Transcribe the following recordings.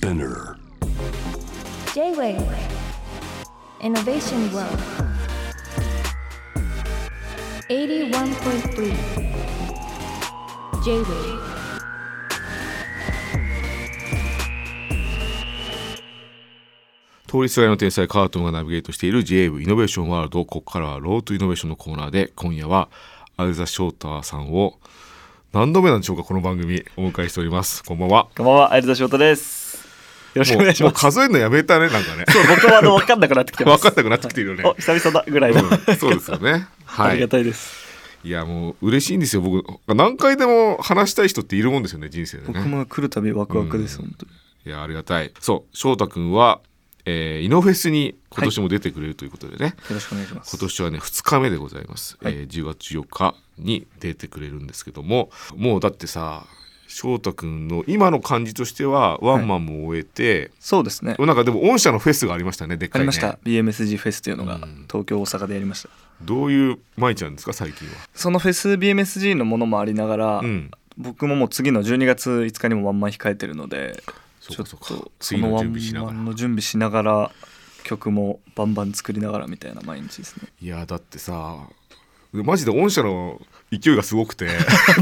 Spinner J-Wave Innovation World 81.3 J-Wave 通りすがりの天才カートンがナビゲートしている J-Wave イノベーションワールド、ここからはロートイノベーションのコーナーで、今夜は相田翔太さんを何度目なんでしょうか、この番組お迎えしております。こんばんは。 こんばんは、相田翔太です。よろしくお願いします。 もう数えるのやめたね、なんかね。 そう、僕は分かんなくなってきてます。 分かんなくなってきてるよね。 お、久々だぐらいの、 そうですよね。はい。 ありがたいです。 いや、もう嬉しいんですよ。僕何回でも話したい人っているもんですよね、人生でね。 僕も来るたびワクワクです、本当に。 いや、ありがたい。そう、翔太くんはイノフェスに今年も出てくれるということでね、 よろしくお願いします。 今年はね2日目でございます、10月14日に出てくれるんですけども、もうだってさ、翔太くんの今の感じとしてはワンマンも終えて、 そうですね。 なんかでも御社のフェスがありましたね、でっかいね。 ありました。 BMSG フェスというのが東京大阪でやりました。 どういう毎日なんですか最近は。 そのフェス BMSG のものもありながら、僕ももう次の12月5日にもワンマン控えてるので、ちょっとそのワンマンの準備しながら曲もバンバン作りながらみたいな毎日ですね。 いやだってさ、マジで御社の勢いがすごくて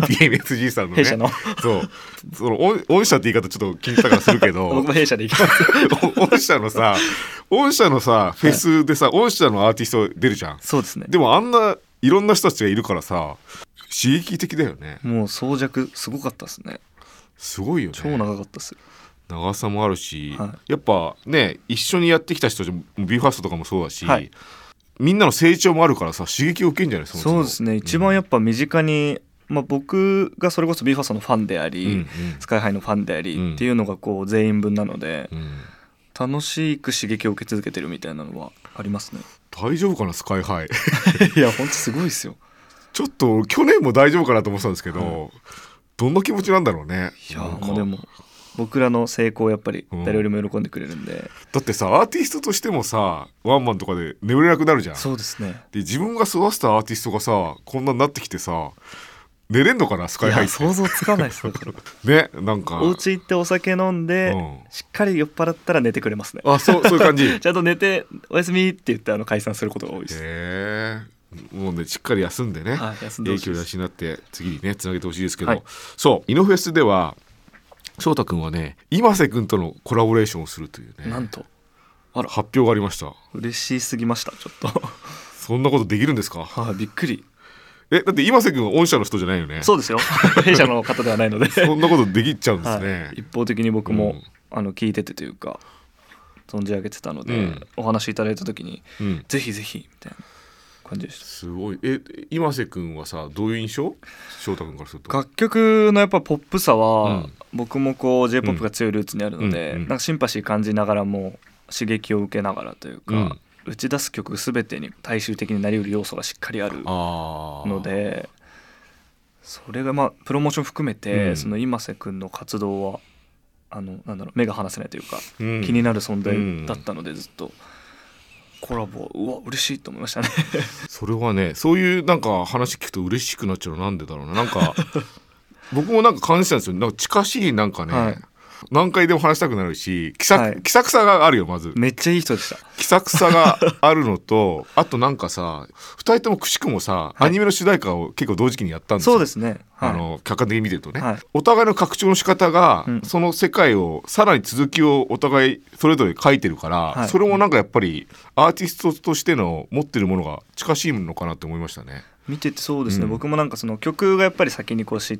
BMSG さんのね、 弊社のその御社って言い方ちょっと気に入ったからするけど僕も弊社で行きます御社のさフェスでさ、御社のアーティスト出るじゃん。 そうですね。 でもあんないろんな人たちがいるからさ、刺激的だよね。 もう装着すごかったですね。 すごいよね。 超長かったっす。 長さもあるし、やっぱね、一緒にやってきた人たちも BE:FIRST とかもそうだし、みんなの成長もあるからさ、刺激を受けるんじゃない。 そうですね、一番やっぱ身近に、僕がそれこそ BE:FIRST のファンであり、スカイハイのファンであり、っていうのがこう全員分なので、楽しく刺激を受け続けてるみたいなのはありますね。 大丈夫かなスカイハイいやほんとすごいですよ。 ちょっと去年も大丈夫かなと思ってたんですけど、どんな気持ちなんだろうね。 いやもうでも僕らの成功をやっぱり誰よりも喜んでくれるんで、 だってさ、アーティストとしてもさ、ワンマンとかで眠れなくなるじゃん。 そうですね。 で自分が育てたアーティストがさ、こんなになってきてさ、寝れんのかなスカイハイって。 いや想像つかないですねなんかお家行ってお酒飲んで、しっかり酔っ払ったら寝てくれますね。 そういう感じちゃんと寝ておやすみって言って解散することが多いです。 もうね、しっかり休んでね、影響を養って次にねつなげてほしいですけど、そうイノフェスでは翔太くんはね、今瀬くんとのコラボレーションをするというね、 なんと発表がありました。 嬉しすぎました。ちょっとそんなことできるんですか。 びっくり。 だって今瀬くんは御社の人じゃないよね。 そうですよ弊社の方ではないのでそんなことできちゃうんですね。 一方的に僕も、聞いててというか存じ上げてたので、お話いただいた時に、ぜひぜひみたいな感じでした。 すごい。今瀬くんはさ、どういう印象？翔太くんからすると。 楽曲のやっぱポップさは、僕もこう J-POP が強いルーツにあるので、なんかシンパシー感じながらも刺激を受けながらというか、打ち出す曲全てに大衆的になりうる要素がしっかりあるので、それがプロモーション含めて、その今瀬くんの活動は目が離せないというか、気になる存在だったので、ずっとコラボ嬉しいと思いましたねそれはね、そういうなんか話聞くと嬉しくなっちゃうのなんでだろうな。なんか僕もなんか感じたんですよ。なんか近しい、なんかね、何回でも話したくなるし、気さくさがあるよ。まずめっちゃいい人でした。 気さくさがあるのとあとなんかさ、2人ともくしくもさ、アニメの主題歌を結構同時期にやったんですよ。 そうですね、 客観的に見てるとね、お互いの拡張の仕方が、その世界をさらに続きをお互いそれぞれ書いてるから、それもなんかやっぱりアーティストとしての持ってるものが近しいのかなって思いましたね。 見ててそうですね、僕もなんかその曲がやっぱり先にこう知って、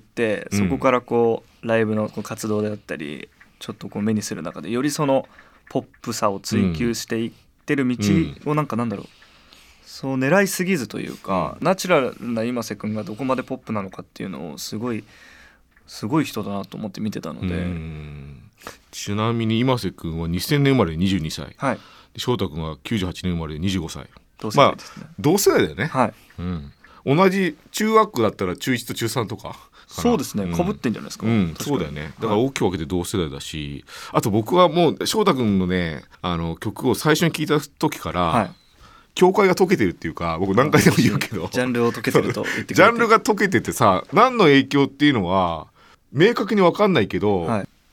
そこからこうライブの活動であったりちょっとこう目にする中で、よりそのポップさを追求していってる道をなんだろう、そう狙いすぎずというか、ナチュラルな今瀬くんがどこまでポップなのかっていうのをすごい人だなと思って見てたので。 ちなみに今瀬くんは2000年生まれで22歳、翔太くんは98年生まれで25歳。 同世代ですね。 同世代だよね。同じ中学校だったら中1と中3とか。 そうですね、被ってんじゃないですか。 そうだよね。だから大きく分けて同世代だし、あと僕はもう翔太くんのね、曲を最初に聴いた時から、境界が解けてるっていうか、僕何回でも言うけどジャンルを解けてると言ってくれて、 ジャンルが解けててさ、何の影響っていうのは明確に分かんないけど、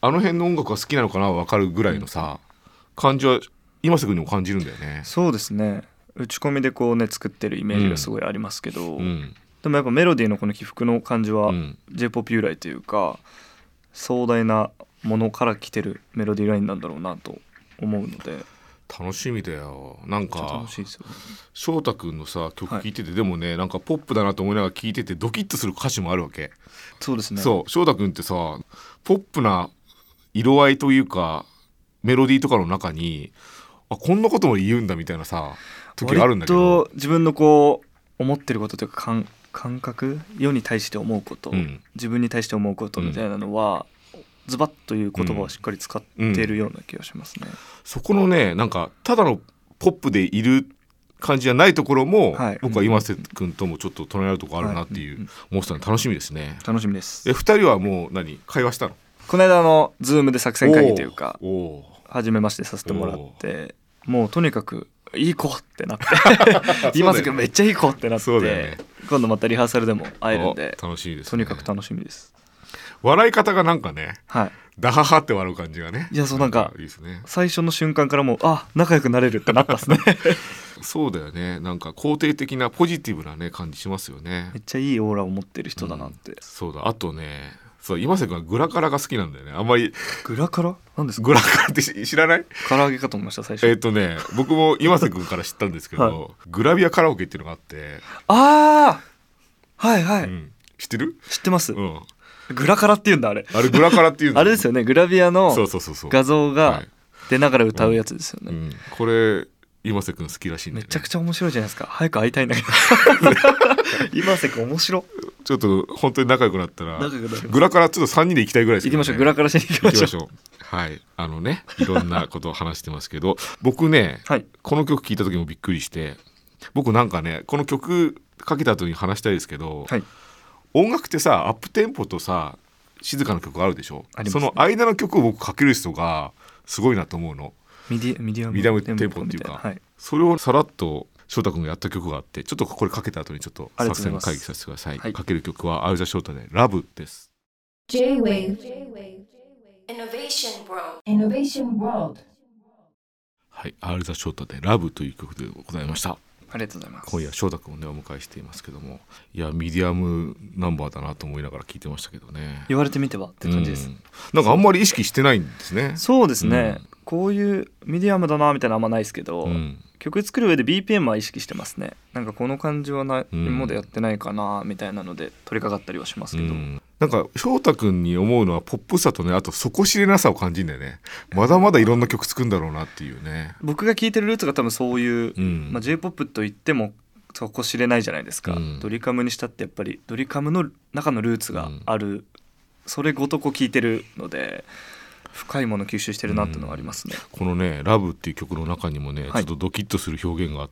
あの辺の音楽が好きなのかな分かるぐらいのさ、感じは今瀬君にも感じるんだよね。 そうですね、打ち込みでこうね作ってるイメージがすごいありますけど、でもやっぱメロディーのこの起伏の感じは J-POP 由来というか、壮大なものから来てるメロディーラインなんだろうなと思うので楽しみだよ。なんか楽しいですよね。 翔太くんのさ曲聴いてて、でもねなんかポップだなと思いながら聴いててドキッとする歌詞もあるわけ。 そうですね。 そう翔太くんってさポップな色合いというかメロディーとかの中にこんなことも言うんだみたいなさ時あるんだけど、 割と自分のこう思ってることというか感覚、世に対して思うこと、自分に対して思うことみたいなのは、ズバッという言葉をしっかり使っているような気がしますね。 そこのねなんかただのポップでいる感じじゃないところも、僕は今瀬君ともちょっと隣り合うところあるなっていう思ってたので楽しみですね。 楽しみです。 2人はもう会話したの？ この間ズームで作戦会議というか初めましてさせてもらって、もうとにかくいい子ってなって今瀬君めっちゃいい子ってなって、ね、今度またリハーサルでも会えるんで楽しみですね。 とにかく楽しみです。 笑い方がなんかね、ダハハって笑う感じがね、 いやそうなんかいいですね。 最初の瞬間からもう仲良くなれるってなったっすねそうだよね。なんか肯定的なポジティブなね感じしますよね。 めっちゃいいオーラを持ってる人だなって、 そうだ。あとね、そう今瀬君はグラカラが好きなんだよね。あんまりグラカラなんですか？ グラカラって知らない？ 唐揚げかと思いました最初。 僕も今瀬君から知ったんですけど、グラビアカラオケっていうのがあって。 はいはい、 知ってる？ 知ってます、グラカラっていうんだあれグラカラっていうんだあれですよね、グラビアのそう画像が出ながら歌うやつですよね。 これ今瀬君好きらしいんで、ね、 めちゃくちゃ面白いじゃないですか。早く会いたいんだけど今瀬君面白。 ちょっと本当に仲良くなったらグラカラちょっと3人で行きたいぐらいですけど、ね、 行きましょう。グラカラしに行きましょう。 はい、いろんなことを話してますけど僕ね、この曲聴いた時もびっくりして、僕なんかねこの曲かけた後に話したいですけど、音楽ってさアップテンポとさ静かな曲あるでしょ。その間の曲を僕かける人がすごいなと思うの。 ミディアムテンポっていうか、それをさらっと翔太君がやった曲があって、ちょっとこれかけた後にちょっと作戦会議させてください。かける曲は相田翔太でラブです。 J-Wave Innovation World。 はい、相田翔太でラブという曲でございました。 ありがとうございます。 今夜翔太君をねお迎えしていますけども、いやミディアムナンバーだなと思いながら聞いてましたけどね。 言われてみてはって感じです、 なんかあんまり意識してないんですね。 そうですね、こういうミディアムだなみたいなのあんまないですけど、曲作る上で BPM は意識してますね。なんかこの感じは今までやってないかなみたいなので取り掛かったりはしますけど、 なんか翔太君に思うのはポップさとね、あと底知れなさを感じるんだよね。まだまだいろんな曲作るんだろうなっていうね。 僕が聴いてるルーツが多分そういう、J-POP といっても底知れないじゃないですか、ドリカムにしたってやっぱりドリカムの中のルーツがある、それごとこう聴いてるので深いもの吸収してるなっていうのはありますね。 このねラブっていう曲の中にもね、ちょっとドキッとする表現があって、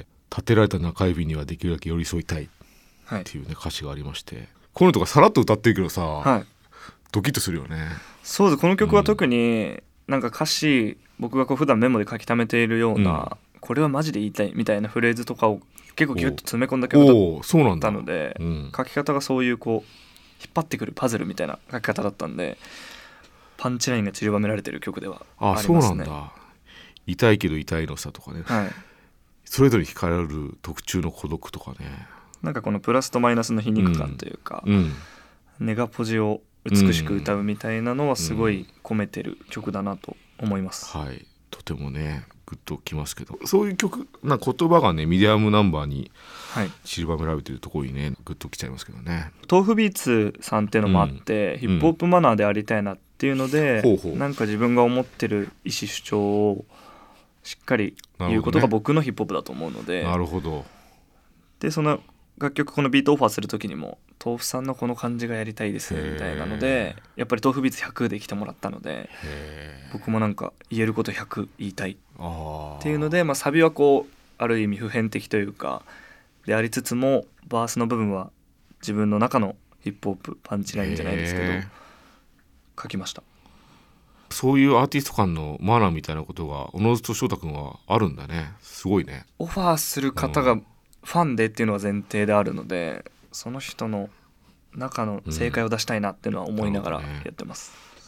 立てられた中指にはできるだけ寄り添いたいっていうね、歌詞がありまして、こういうのとかさらっと歌ってるけどさ、ドキッとするよね。 そうです。この曲は特になんか歌詞、僕がこう普段メモで書き溜めているような、これはマジで言いたいみたいなフレーズとかを結構ギュッと詰め込んだ曲だったので、書き方がそういうこう引っ張ってくるパズルみたいな書き方だったんで、パンチラインが散りばめられてる曲ではありますね。 そうなんだ。痛いけど痛いのさとかね、それぞれ惹かれる特注の孤独とかね、 なんかこのプラスとマイナスの皮肉感というか、ネガポジを美しく歌うみたいなのはすごい込めてる曲だなと思います。 はい、とてもねグッときますけど、そういう曲な言葉がねミディアムナンバーに散りばめられてるところにねグッときちゃいますけどね。 豆腐ビーツさんっていうのもあって、ヒップホップマナーでありたいなっていうので、なんか自分が思ってる意思主張をしっかり言うことが僕のヒップホップだと思うので、 なるほど。 でその楽曲このビートオファーする時にも豆腐さんのこの感じがやりたいですみたいなので、やっぱり豆腐ビーツ100で来てもらったので、僕もなんか言えること100言いたいっていうので、サビはこうある意味普遍的というかでありつつも、バースの部分は自分の中のヒップホップパンチラインじゃないですけど書きました。 そういうアーティスト間のマナーみたいなことがおのずと翔太君はあるんだね。すごいね。 オファーする方がファンでっていうのは前提であるので、その人の中の正解を出したいなっていうのは思いながらやってます。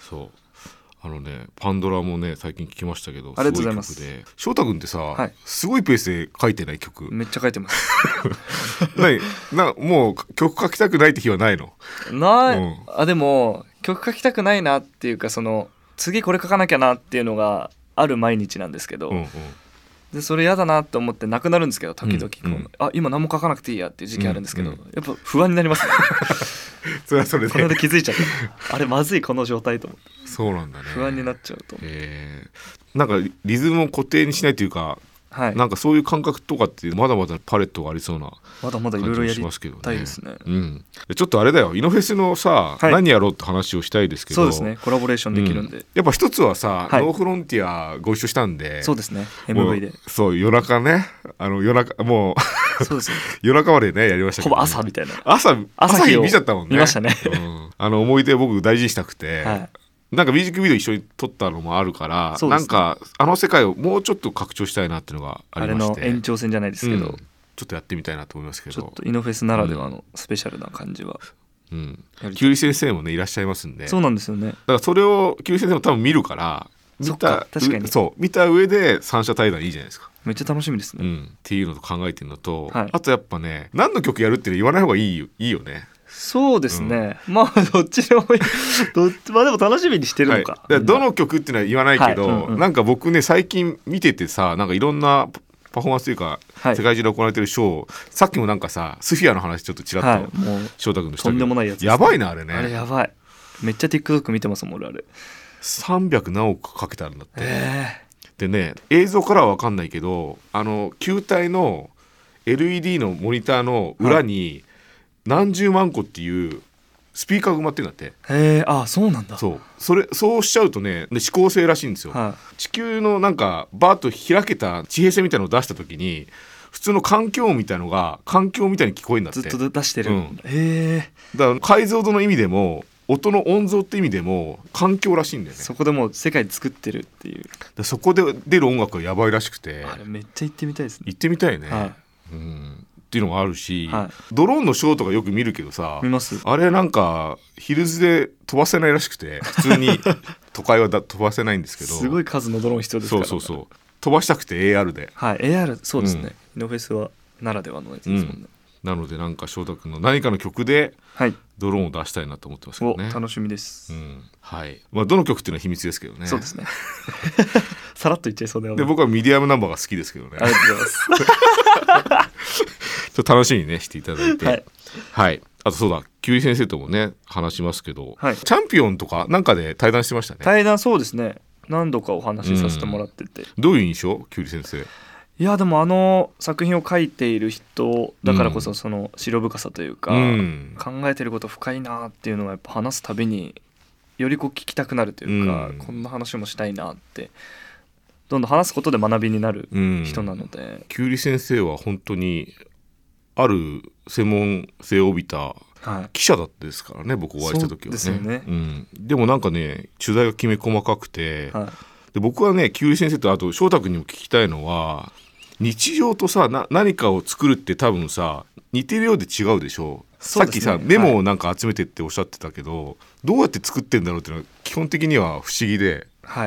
そうパンドラもね最近聞きましたけど、 ありがとうございます。 ごい曲で、翔太君ってさ、 はい、 すごいペースで書いてない曲めっちゃ書いてますもう曲書きたくないって日はないの？ ない、あでも曲書きたくないなっていうか、その次これ書かなきゃなっていうのがある毎日なんですけど、でそれ嫌だなと思ってなくなるんですけど、時々今何も書かなくていいやっていう時期あるんですけど、やっぱ不安になりますねそれはそれでこれで気づいちゃったあれまずいこの状態と思って。 そうなんだね。 不安になっちゃうと、 なんかリズムを固定にしないというか、はい、なんかそういう感覚とかってまだまだパレットがありそうなまだまだいろいろやりたいですね。 ちょっとあれだよ、イノフェスのさ、はい、何やろうって話をしたいですけど、 そうですね、コラボレーションできるんで、 やっぱ一つはさ、ノーフロンティアご一緒したんで、 そうですね、 MV でそう夜中ね、夜中もうそうですね夜中までねやりましたけど、 ほぼ朝みたいな、 朝日見ちゃったもんね。 見ましたね、 思い出僕大事にしたくて、なんかミュージックビデオ一緒に撮ったのもあるから、なんか世界をもうちょっと拡張したいなっていうのがありまして、 あれの延長線じゃないですけど、 ちょっとやってみたいなと思いますけど、 ちょっとイノフェスならではのスペシャルな感じは、 キュウリ先生もねいらっしゃいますんで、 そうなんですよね。 だからそれをキュウリ先生も多分見るから、 確かに見た上で三者対談いいじゃないですか。 めっちゃ楽しみですね、 っていうのと考えてるのと、あとやっぱね、何の曲やるって言わない方がいいよね。 そうですね、まあどっちでもいいまあでも楽しみにしてるのか、 どの曲っていうのは言わないけど、なんか僕ね最近見ててさ、なんかいろんなパフォーマンスというか、世界中で行われてるショー、さっきもなんかさスフィアの話ちょっとちらっと翔太君としたけど、 とんでもないやつですね、 やばいなあれね。 あれやばい、めっちゃ TikTok 見てますもん俺。あれ 300何億かけてあるんだって、でね、映像からは分かんないけど、球体の LED のモニターの裏に何十万個っていうスピーカーが埋まってるんだって。 そうなんだ。 そうしちゃうとね、指向性らしいんですよ、地球のなんかバーッと開けた地平線みたいなのを出した時に、普通の環境音みたいのが環境みたいに聞こえるんだって。 ずっと出してる、 だから解像度の意味でも音の音像って意味でも環境らしいんだよね。 そこでもう世界で作ってるっていう。 そこで出る音楽がやばいらしくて、 あれめっちゃ行ってみたいですね。 行ってみたいね、っていうのがあるし、ドローンのショーとかよく見るけどさ、 見ます。 あれなんかヒルズで飛ばせないらしくて、普通に都会は飛ばせないんですけどすごい数のドローン必要ですから、 そう飛ばしたくて AR で、 AR そうですね、イノフェスはならではのやつですもんね、 なのでなんか翔太君の何かの曲でドローンを出したいなと思ってますけどね。 楽しみです、 どの曲っていうのは秘密ですけどね。 そうですねさらっと言っちゃいそうだよね。 で僕はミディアムナンバーが好きですけどね。 ありがとうございますちょっと楽しみにねしていただいて、あとそうだ、キュウリ先生ともね話しますけど、チャンピオンとかなんかで対談してましたね。 対談、そうですね、何度かお話しさせてもらってて、 どういう印象、キュウリ先生。 いやでも作品を書いている人だからこそ、その白深さというか、考えてること深いなっていうのはやっぱ話すたびによりこう聞きたくなるというか、こんな話もしたいなってどんどん話すことで学びになる人なので、 キュウリ先生は本当にある専門性を帯びた記者だったですからね、僕お会いした時はね。 そうですよね、 でもなんかね取材がきめ細かくて、で僕はねキュウリ先生とあと翔太君にも聞きたいのは、日常とさ何かを作るって多分さ似てるようで違うでしょ。さっきさメモをなんか集めてっておっしゃってたけど、どうやって作ってんだろうっていうのは基本的には不思議で、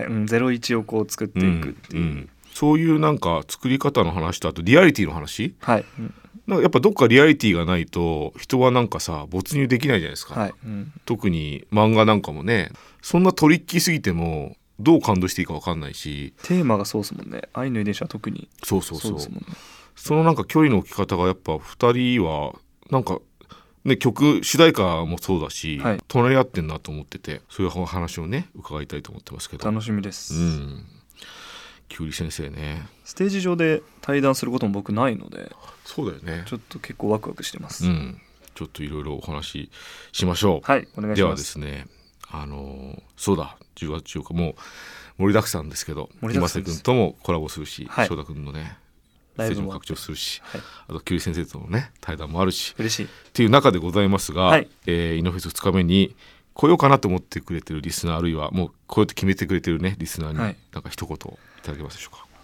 01をこう作っていくっていう、 そういうなんか作り方の話と、あとリアリティの話、なんかやっぱどっかリアリティがないと人はなんかさ没入できないじゃないですか、特に漫画なんかもね、そんなトリッキーすぎてもどう感動していいか分かんないし、 テーマがそうですもんね。愛の遺伝子は特にそうですもんね。 そのなんか距離の置き方がやっぱ2人はなんかね、曲主題歌もそうだし、隣り合ってんなと思ってて、そういう話をね伺いたいと思ってますけど。 楽しみです、 キュウリ先生ね、 ステージ上で対談することも僕ないので。 そうだよね、 ちょっと結構ワクワクしてます、 ちょっといろいろお話ししましょう。 お願いします。 ではですね、そうだ10月14日もう盛りだくさんですけど、今瀬君ともコラボするし、翔太君のねステージも拡張するし、あとキュウリ先生とのね対談もあるし、 嬉しいっていう中でございますが、イノフェス2日目に来ようかなと思ってくれてるリスナー、あるいはもう来ようと決めてくれてるねリスナーになんか一言いただけますでしょうか。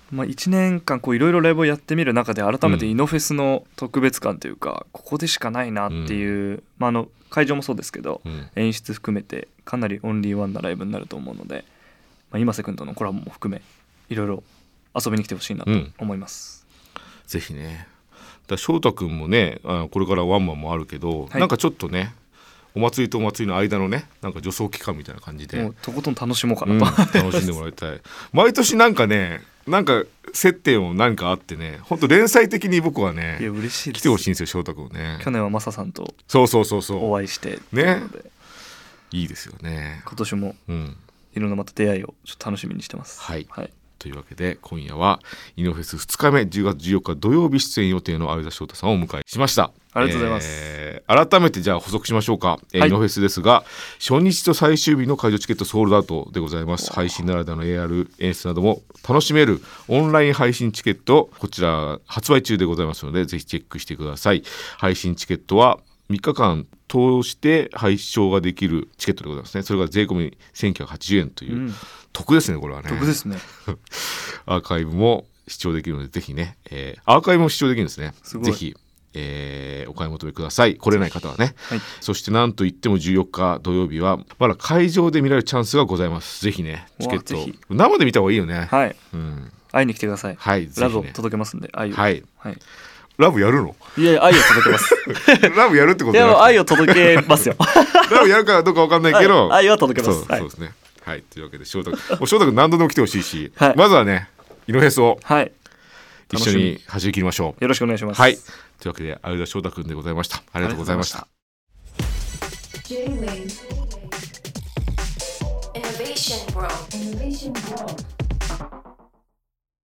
1年間いろいろライブをやってみる中で改めてイノフェスの特別感というか、ここでしかないなっていう、会場もそうですけど、演出含めてかなりオンリーワンなライブになると思うので、今瀬くんとのコラボも含めいろいろ遊びに来てほしいなと思います、 ぜひね。だ翔太くんもね、これからワンマンもあるけど、なんかちょっとね、お祭りとお祭りの間のね、なんか助走期間みたいな感じでもうとことん楽しもうかなと、 楽しんでもらいたい。毎年なんかね、なんか接点を何かあってね、本当連載的に僕はね、 いや嬉しいです。 来てほしいんですよ、翔太くんね。 去年はマサさんとそうお会いしてね、いいですよね。 今年もいろんなまた出会いをちょっと楽しみにしてます。 はい、というわけで今夜はイノフェス2日目10月14日土曜日出演予定の相田翔太さんをお迎えしました。 ありがとうございます、 改めてじゃあ補足しましょうか、イノフェスですが、初日と最終日の会場チケットソールドアウトでございます。配信ならではの AR 演出なども楽しめるオンライン配信チケット、こちら発売中でございますので、ぜひチェックしてください。配信チケットは3日間通して配信ができるチケットでございますね。それが税込み1980円という、得ですね。これはね、 得ですね。 アーカイブも視聴できるので、ぜひね、アーカイブも視聴できるんですね。ぜひ、お買い求めください。来れない方はね、そしてなんといっても14日土曜日はまだ会場で見られるチャンスがございます。ぜひね、チケット生で見た方がいいよね。 会いに来てください。 はい、 ラブを届けますんで、愛を。 ラブやるの？ いや、愛を届けます。 ラブやるってことじゃなくて、愛を届けますよ。 ラブやるかどうか分かんないけど、 愛は届けます。 そうですね。はい、というわけで翔太君何度でも来てほしいし、まずはね、イノフェスを一緒に走り切りましょう。 よろしくお願いします。 はい、というわけで相田翔太君でございました。ありがとうございました。 J-Wave Innovation World